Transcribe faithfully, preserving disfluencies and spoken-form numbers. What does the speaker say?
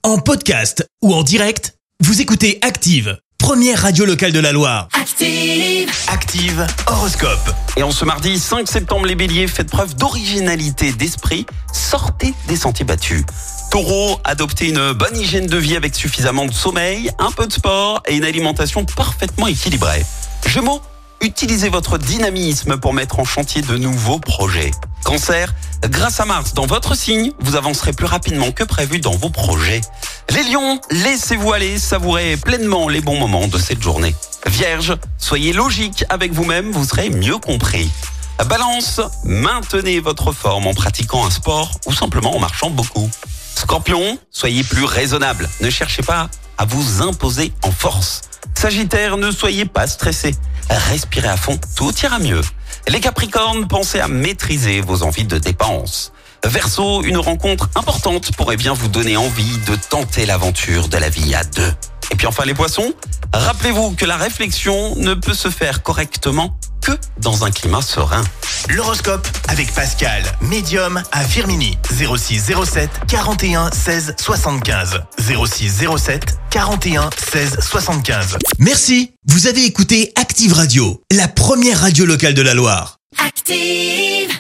En podcast ou en direct, vous écoutez Active, première radio locale de la Loire. Active, Active horoscope. Et en ce mardi cinq septembre, les béliers, faites preuve d'originalité d'esprit, sortez des sentiers battus. Taureau, adoptez une bonne hygiène de vie avec suffisamment de sommeil, un peu de sport et une alimentation parfaitement équilibrée. Gémeaux, utilisez votre dynamisme pour mettre en chantier de nouveaux projets. Cancer, grâce à Mars dans votre signe, vous avancerez plus rapidement que prévu dans vos projets. Les lions, laissez-vous aller, savourez pleinement les bons moments de cette journée. Vierge, soyez logique avec vous-même, vous serez mieux compris. Balance, maintenez votre forme en pratiquant un sport ou simplement en marchant beaucoup. Scorpion, soyez plus raisonnable, ne cherchez pas à vous imposer en force. Sagittaire, ne soyez pas stressé, respirez à fond, tout ira mieux. Les Capricornes, pensez à maîtriser vos envies de dépenses. Verseau, une rencontre importante pourrait bien vous donner envie de tenter l'aventure de la vie à deux. Et puis enfin les Poissons, rappelez-vous que la réflexion ne peut se faire correctement que dans un climat serein. L'horoscope avec Pascal, médium à Firmini. zéro six zéro sept quarante et un seize soixante-quinze. zéro six zéro sept quarante et un seize soixante-quinze. Merci, vous avez écouté Active Radio, la première radio locale de la Loire. active.